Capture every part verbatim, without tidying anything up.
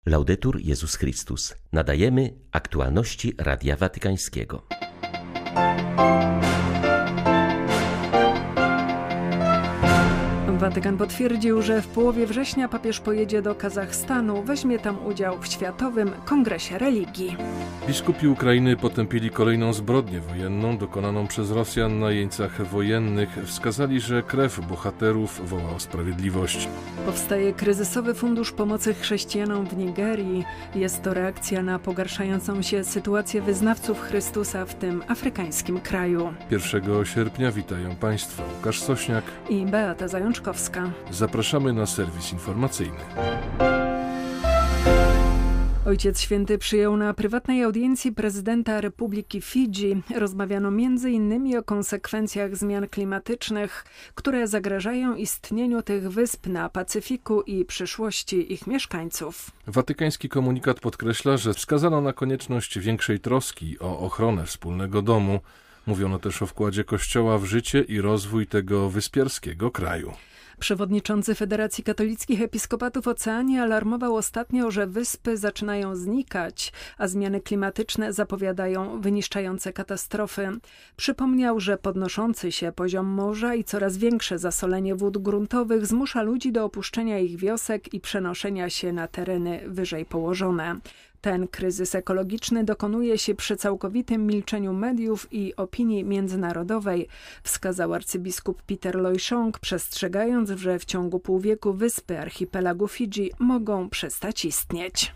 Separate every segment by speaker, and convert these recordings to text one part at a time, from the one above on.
Speaker 1: Laudetur Jezus Chrystus. Nadajemy aktualności Radia Watykańskiego.
Speaker 2: Watykan potwierdził, że w połowie września papież pojedzie do Kazachstanu, weźmie tam udział w Światowym Kongresie Religii.
Speaker 3: Biskupi Ukrainy potępili kolejną zbrodnię wojenną dokonaną przez Rosjan na jeńcach wojennych. Wskazali, że krew bohaterów woła o sprawiedliwość.
Speaker 2: Powstaje kryzysowy fundusz pomocy chrześcijanom w Nigerii. Jest to reakcja na pogarszającą się sytuację wyznawców Chrystusa w tym afrykańskim kraju.
Speaker 3: pierwszego sierpnia witają Państwa Łukasz Sośniak
Speaker 2: i Beata Zajączkowska.
Speaker 3: Zapraszamy na serwis informacyjny.
Speaker 2: Ojciec Święty przyjął na prywatnej audiencji prezydenta Republiki Fidżi. Rozmawiano między innymi o konsekwencjach zmian klimatycznych, które zagrażają istnieniu tych wysp na Pacyfiku i przyszłości ich mieszkańców.
Speaker 3: Watykański komunikat podkreśla, że wskazano na konieczność większej troski o ochronę wspólnego domu. Mówiono też o wkładzie Kościoła w życie i rozwój tego wyspiarskiego kraju.
Speaker 2: Przewodniczący Federacji Katolickich Episkopatów Oceanii alarmował ostatnio, że wyspy zaczynają znikać, a zmiany klimatyczne zapowiadają wyniszczające katastrofy. Przypomniał, że podnoszący się poziom morza i coraz większe zasolenie wód gruntowych zmusza ludzi do opuszczenia ich wiosek i przenoszenia się na tereny wyżej położone. Ten kryzys ekologiczny dokonuje się przy całkowitym milczeniu mediów i opinii międzynarodowej, wskazał arcybiskup Peter Loy-Chong, przestrzegając, że w ciągu pół wieku wyspy archipelagu Fidżi mogą przestać istnieć.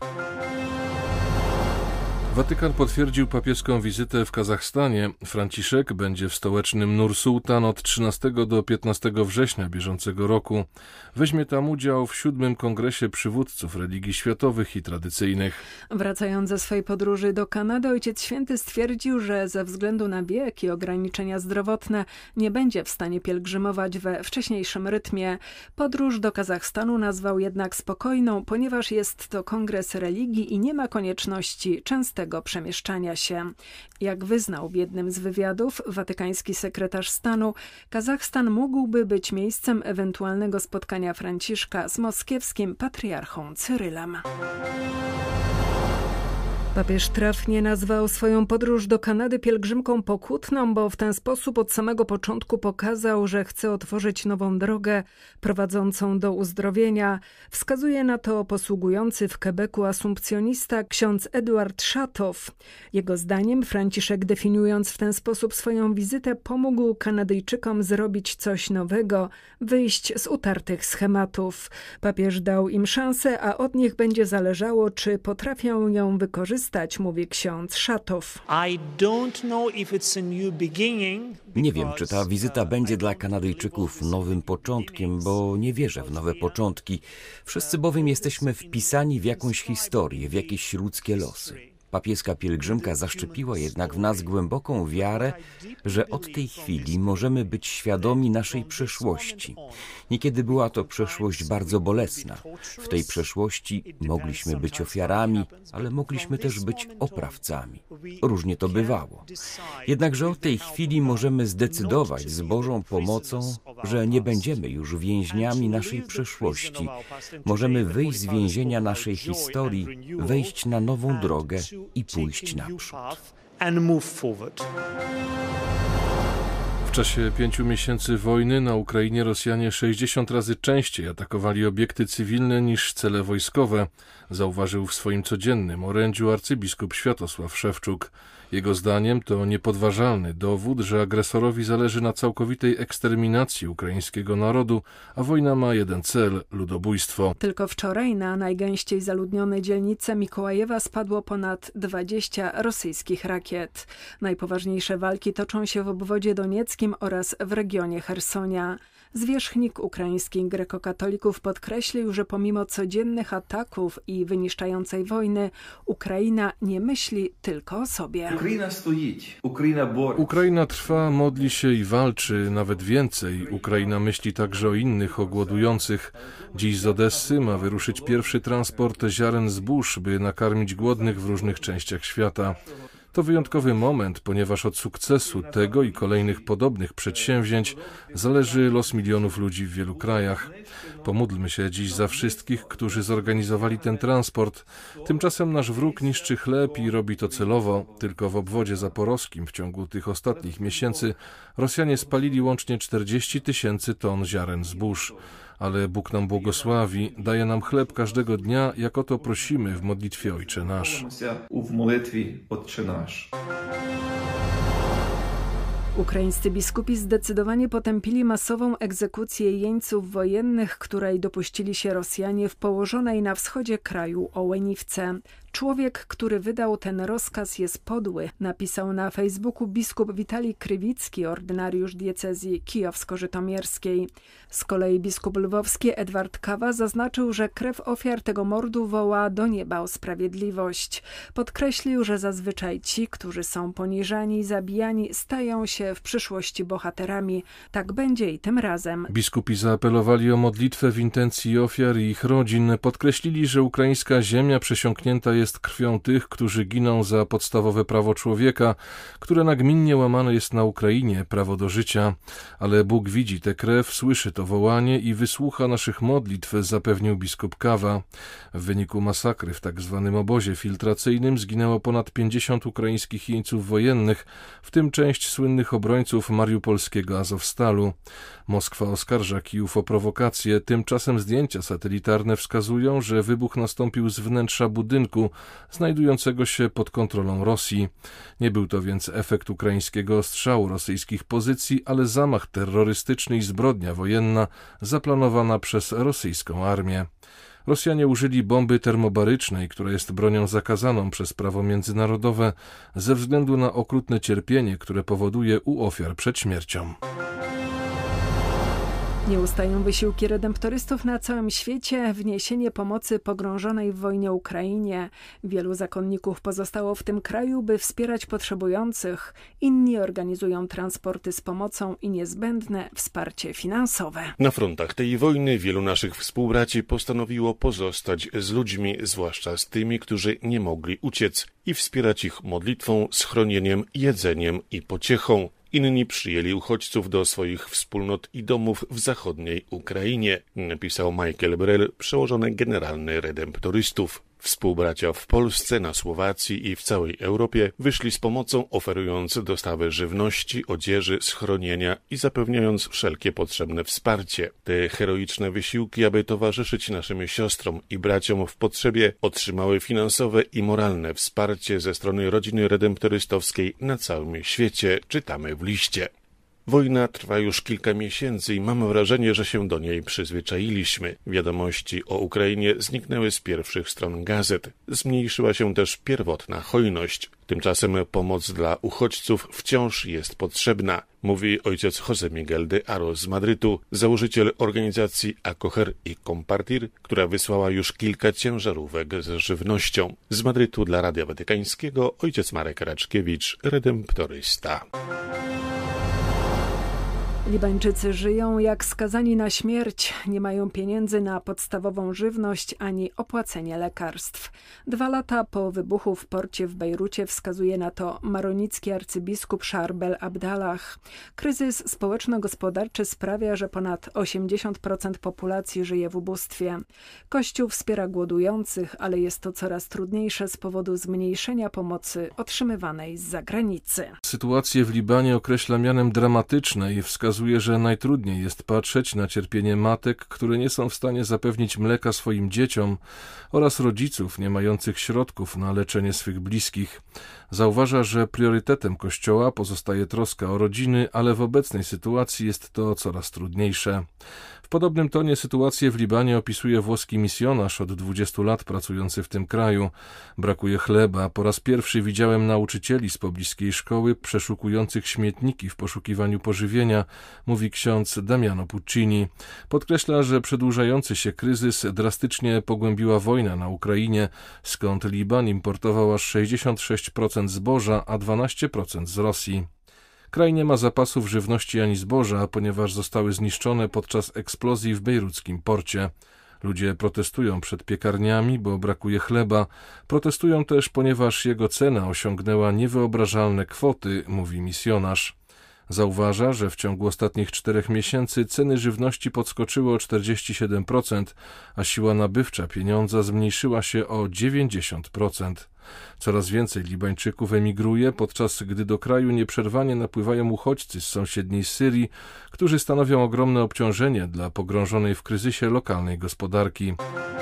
Speaker 3: Watykan potwierdził papieską wizytę w Kazachstanie. Franciszek będzie w stołecznym Nur-Sultan od trzynastego do piętnastego września bieżącego roku. Weźmie tam udział w siódmym Kongresie Przywódców Religii Światowych i Tradycyjnych.
Speaker 2: Wracając ze swej podróży do Kanady, Ojciec Święty stwierdził, że ze względu na wiek i ograniczenia zdrowotne nie będzie w stanie pielgrzymować we wcześniejszym rytmie. Podróż do Kazachstanu nazwał jednak spokojną, ponieważ jest to kongres religii i nie ma konieczności częstego przemieszczania się. Jak wyznał w jednym z wywiadów watykański sekretarz stanu, Kazachstan mógłby być miejscem ewentualnego spotkania Franciszka z moskiewskim patriarchą Cyrylem. Papież trafnie nazwał swoją podróż do Kanady pielgrzymką pokutną, bo w ten sposób od samego początku pokazał, że chce otworzyć nową drogę prowadzącą do uzdrowienia. Wskazuje na to posługujący w Quebecu asumpcjonista ksiądz Edward Szatow. Jego zdaniem Franciszek, definiując w ten sposób swoją wizytę, pomógł Kanadyjczykom zrobić coś nowego, wyjść z utartych schematów. Papież dał im szansę, a od nich będzie zależało, czy potrafią ją wykorzystać, mówi ksiądz Szatow.
Speaker 4: Nie wiem, czy ta wizyta będzie dla Kanadyjczyków nowym początkiem, bo nie wierzę w nowe początki. Wszyscy bowiem jesteśmy wpisani w jakąś historię, w jakieś ludzkie losy. Papieska pielgrzymka zaszczepiła jednak w nas głęboką wiarę, że od tej chwili możemy być świadomi naszej przeszłości. Niekiedy była to przeszłość bardzo bolesna. W tej przeszłości mogliśmy być ofiarami, ale mogliśmy też być oprawcami. Różnie to bywało. Jednakże od tej chwili możemy zdecydować z Bożą pomocą, że nie będziemy już więźniami naszej przeszłości. Możemy wyjść z więzienia naszej historii, wejść na nową drogę i pójść naprzód.
Speaker 3: W czasie pięciu miesięcy wojny na Ukrainie Rosjanie sześćdziesiąt razy częściej atakowali obiekty cywilne niż cele wojskowe, zauważył w swoim codziennym orędziu arcybiskup Światosław Szewczuk. Jego zdaniem to niepodważalny dowód, że agresorowi zależy na całkowitej eksterminacji ukraińskiego narodu, a wojna ma jeden cel – ludobójstwo.
Speaker 2: Tylko wczoraj na najgęściej zaludnione dzielnice Mikołajewa spadło ponad dwadzieścia rosyjskich rakiet. Najpoważniejsze walki toczą się w obwodzie donieckim oraz w regionie Chersonia. Zwierzchnik ukraińskich grekokatolików podkreślił, że pomimo codziennych ataków i wyniszczającej wojny, Ukraina nie myśli tylko o sobie.
Speaker 5: Ukraina stoi, Ukraina bor.
Speaker 3: Ukraina trwa, modli się i walczy, nawet więcej. Ukraina myśli także o innych, o głodujących. Dziś z Odessy ma wyruszyć pierwszy transport ziaren zbóż, by nakarmić głodnych w różnych częściach świata. To wyjątkowy moment, ponieważ od sukcesu tego i kolejnych podobnych przedsięwzięć zależy los milionów ludzi w wielu krajach. Pomódlmy się dziś za wszystkich, którzy zorganizowali ten transport. Tymczasem nasz wróg niszczy chleb i robi to celowo. Tylko w obwodzie zaporowskim w ciągu tych ostatnich miesięcy Rosjanie spalili łącznie czterdzieści tysięcy ton ziaren zbóż. Ale Bóg nam błogosławi, daje nam chleb każdego dnia, jak o to prosimy w modlitwie Ojcze Nasz.
Speaker 5: w modlitwie Ojcze Nasz.
Speaker 2: Ukraińscy biskupi zdecydowanie potępili masową egzekucję jeńców wojennych, której dopuścili się Rosjanie w położonej na wschodzie kraju Ołeniwce. Człowiek, który wydał ten rozkaz, jest podły, napisał na Facebooku biskup Witalij Krywicki, ordynariusz diecezji kijowsko-żytomierskiej. Z kolei biskup lwowski Edward Kawa zaznaczył, że krew ofiar tego mordu woła do nieba o sprawiedliwość. Podkreślił, że zazwyczaj ci, którzy są poniżani i zabijani, stają się w przyszłości bohaterami. Tak będzie i tym razem.
Speaker 3: Biskupi zaapelowali o modlitwę w intencji ofiar i ich rodzin. Podkreślili, że ukraińska ziemia przesiąknięta jest jest krwią tych, którzy giną za podstawowe prawo człowieka, które nagminnie łamane jest na Ukrainie, prawo do życia. Ale Bóg widzi tę krew, słyszy to wołanie i wysłucha naszych modlitw, zapewnił biskup Kawa. W wyniku masakry w tak zwanym obozie filtracyjnym zginęło ponad pięćdziesiąt ukraińskich jeńców wojennych, w tym część słynnych obrońców mariupolskiego Azowstalu. Moskwa oskarża Kijów o prowokację, tymczasem zdjęcia satelitarne wskazują, że wybuch nastąpił z wnętrza budynku, znajdującego się pod kontrolą Rosji. Nie był to więc efekt ukraińskiego ostrzału rosyjskich pozycji, ale zamach terrorystyczny i zbrodnia wojenna zaplanowana przez rosyjską armię. Rosjanie użyli bomby termobarycznej, która jest bronią zakazaną przez prawo międzynarodowe, ze względu na okrutne cierpienie, które powoduje u ofiar przed śmiercią.
Speaker 2: Nie ustają wysiłki redemptorystów na całym świecie w niesienie pomocy pogrążonej w wojnie Ukrainie. Wielu zakonników pozostało w tym kraju, by wspierać potrzebujących. Inni organizują transporty z pomocą i niezbędne wsparcie finansowe.
Speaker 6: Na frontach tej wojny wielu naszych współbraci postanowiło pozostać z ludźmi, zwłaszcza z tymi, którzy nie mogli uciec, i wspierać ich modlitwą, schronieniem, jedzeniem i pociechą. Inni przyjęli uchodźców do swoich wspólnot i domów w zachodniej Ukrainie, napisał Michael Brel, przełożony generalny redemptorystów. Współbracia w Polsce, na Słowacji i w całej Europie wyszli z pomocą, oferując dostawy żywności, odzieży, schronienia i zapewniając wszelkie potrzebne wsparcie. Te heroiczne wysiłki, aby towarzyszyć naszym siostrom i braciom w potrzebie, otrzymały finansowe i moralne wsparcie ze strony rodziny redemptorystowskiej na całym świecie, czytamy w liście. Wojna trwa już kilka miesięcy i mamy wrażenie, że się do niej przyzwyczailiśmy. Wiadomości o Ukrainie zniknęły z pierwszych stron gazet. Zmniejszyła się też pierwotna hojność. Tymczasem pomoc dla uchodźców wciąż jest potrzebna, mówi ojciec José Miguel de Aro z Madrytu, założyciel organizacji Acoger i Compartir, która wysłała już kilka ciężarówek z żywnością. Z Madrytu dla Radia Watykańskiego ojciec Marek Raczkiewicz, redemptorysta.
Speaker 2: Libańczycy żyją jak skazani na śmierć, nie mają pieniędzy na podstawową żywność ani opłacenie lekarstw. Dwa lata po wybuchu w porcie w Bejrucie wskazuje na to maronicki arcybiskup Sharbel Abdallah. Kryzys społeczno-gospodarczy sprawia, że ponad osiemdziesiąt procent populacji żyje w ubóstwie. Kościół wspiera głodujących, ale jest to coraz trudniejsze z powodu zmniejszenia pomocy otrzymywanej z zagranicy.
Speaker 3: Sytuację w Libanie określa mianem dramatycznej i wskazuje, że najtrudniej jest patrzeć na cierpienie matek, które nie są w stanie zapewnić mleka swoim dzieciom, oraz rodziców nie mających środków na leczenie swych bliskich. Zauważa, że priorytetem Kościoła pozostaje troska o rodziny, ale w obecnej sytuacji jest to coraz trudniejsze. W podobnym tonie sytuację w Libanie opisuje włoski misjonarz od dwudziestu lat pracujący w tym kraju. Brakuje chleba. Po raz pierwszy widziałem nauczycieli z pobliskiej szkoły przeszukujących śmietniki w poszukiwaniu pożywienia, mówi ksiądz Damiano Puccini. Podkreśla, że przedłużający się kryzys drastycznie pogłębiła wojna na Ukrainie, skąd Liban importował aż sześćdziesiąt sześć procent zboża, a dwanaście procent z Rosji. Kraj nie ma zapasów żywności ani zboża, ponieważ zostały zniszczone podczas eksplozji w bejruckim porcie. Ludzie protestują przed piekarniami, bo brakuje chleba. Protestują też, ponieważ jego cena osiągnęła niewyobrażalne kwoty, mówi misjonarz. Zauważa, że w ciągu ostatnich czterech miesięcy ceny żywności podskoczyły o czterdzieści siedem procent, a siła nabywcza pieniądza zmniejszyła się o dziewięćdziesiąt procent. Coraz więcej Libańczyków emigruje, podczas gdy do kraju nieprzerwanie napływają uchodźcy z sąsiedniej Syrii, którzy stanowią ogromne obciążenie dla pogrążonej w kryzysie lokalnej gospodarki.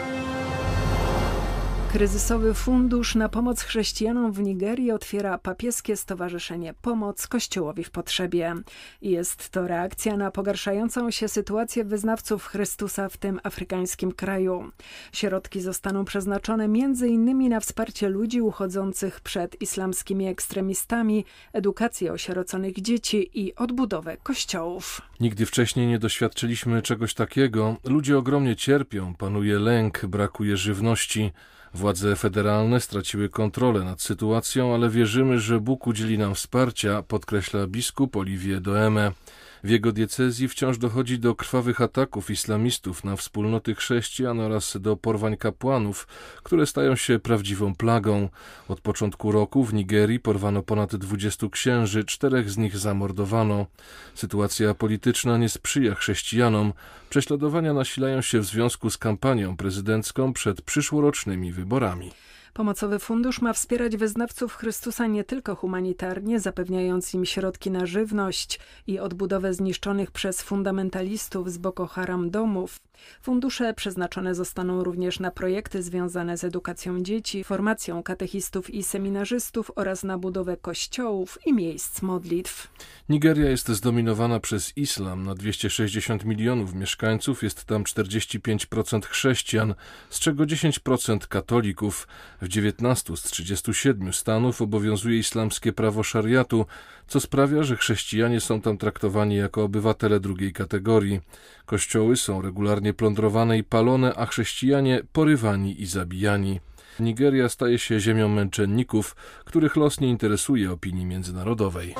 Speaker 2: Kryzysowy fundusz na pomoc chrześcijanom w Nigerii otwiera papieskie stowarzyszenie Pomoc Kościołowi w Potrzebie. Jest to reakcja na pogarszającą się sytuację wyznawców Chrystusa w tym afrykańskim kraju. Środki zostaną przeznaczone między innymi na wsparcie ludzi uchodzących przed islamskimi ekstremistami, edukację osieroconych dzieci i odbudowę kościołów.
Speaker 3: Nigdy wcześniej nie doświadczyliśmy czegoś takiego. Ludzie ogromnie cierpią, panuje lęk, brakuje żywności. Władze federalne straciły kontrolę nad sytuacją, ale wierzymy, że Bóg udzieli nam wsparcia, podkreśla biskup Olivier Doeme. W jego diecezji wciąż dochodzi do krwawych ataków islamistów na wspólnoty chrześcijan oraz do porwań kapłanów, które stają się prawdziwą plagą. Od początku roku w Nigerii porwano ponad dwudziestu księży, czterech z nich zamordowano. Sytuacja polityczna nie sprzyja chrześcijanom. Prześladowania nasilają się w związku z kampanią prezydencką przed przyszłorocznymi wyborami.
Speaker 2: Pomocowy fundusz ma wspierać wyznawców Chrystusa nie tylko humanitarnie, zapewniając im środki na żywność i odbudowę zniszczonych przez fundamentalistów z Boko Haram domów. Fundusze przeznaczone zostaną również na projekty związane z edukacją dzieci, formacją katechistów i seminarzystów oraz na budowę kościołów i miejsc modlitw.
Speaker 3: Nigeria jest zdominowana przez islam. Na dwieście sześćdziesiąt milionów mieszkańców jest tam czterdzieści pięć procent chrześcijan, z czego dziesięć procent katolików. W dziewiętnastu z trzydziestu siedmiu stanów obowiązuje islamskie prawo szariatu, co sprawia, że chrześcijanie są tam traktowani jako obywatele drugiej kategorii. Kościoły są regularnie plądrowane i palone, a chrześcijanie porywani i zabijani. Nigeria staje się ziemią męczenników, których los nie interesuje opinii międzynarodowej.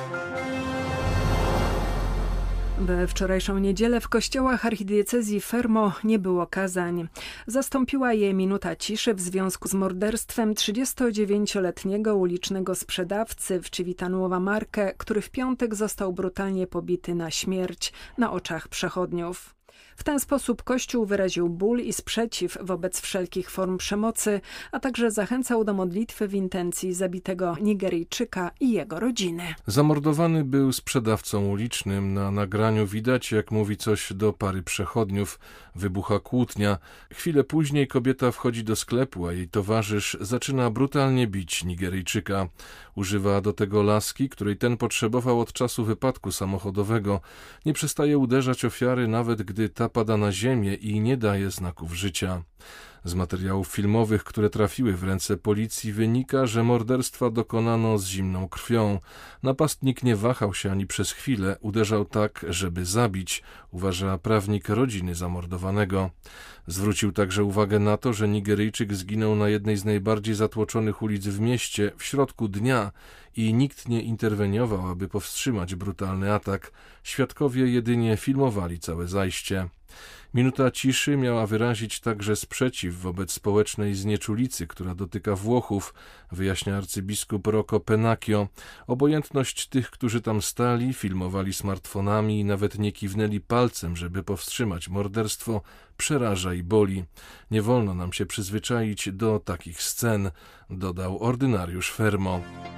Speaker 2: We wczorajszą niedzielę w kościołach archidiecezji Fermo nie było kazań. Zastąpiła je minuta ciszy w związku z morderstwem trzydziestodziewięcioletniego ulicznego sprzedawcy w Civitanuova Marche, który w piątek został brutalnie pobity na śmierć na oczach przechodniów. W ten sposób Kościół wyraził ból i sprzeciw wobec wszelkich form przemocy, a także zachęcał do modlitwy w intencji zabitego Nigeryjczyka i jego rodziny.
Speaker 3: Zamordowany był sprzedawcą ulicznym. Na nagraniu widać, jak mówi coś do pary przechodniów. Wybucha kłótnia. Chwilę później kobieta wchodzi do sklepu, a jej towarzysz zaczyna brutalnie bić Nigeryjczyka. Używa do tego laski, której ten potrzebował od czasu wypadku samochodowego. Nie przestaje uderzać ofiary, nawet gdy ta pada na ziemię i nie daje znaków życia. Z materiałów filmowych, które trafiły w ręce policji, wynika, że morderstwa dokonano z zimną krwią. Napastnik nie wahał się ani przez chwilę, uderzał tak, żeby zabić, uważa prawnik rodziny zamordowanego. Zwrócił także uwagę na to, że Nigeryjczyk zginął na jednej z najbardziej zatłoczonych ulic w mieście w środku dnia i nikt nie interweniował, aby powstrzymać brutalny atak. Świadkowie jedynie filmowali całe zajście. Minuta ciszy miała wyrazić także sprzeciw wobec społecznej znieczulicy, która dotyka Włochów, wyjaśnia arcybiskup Rocco Pennacchio. Obojętność tych, którzy tam stali, filmowali smartfonami i nawet nie kiwnęli palcem, żeby powstrzymać morderstwo, przeraża i boli. Nie wolno nam się przyzwyczaić do takich scen, dodał ordynariusz Fermo.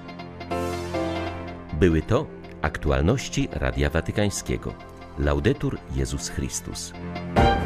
Speaker 1: Były to aktualności Radia Watykańskiego. Laudetur Jezus Chrystus.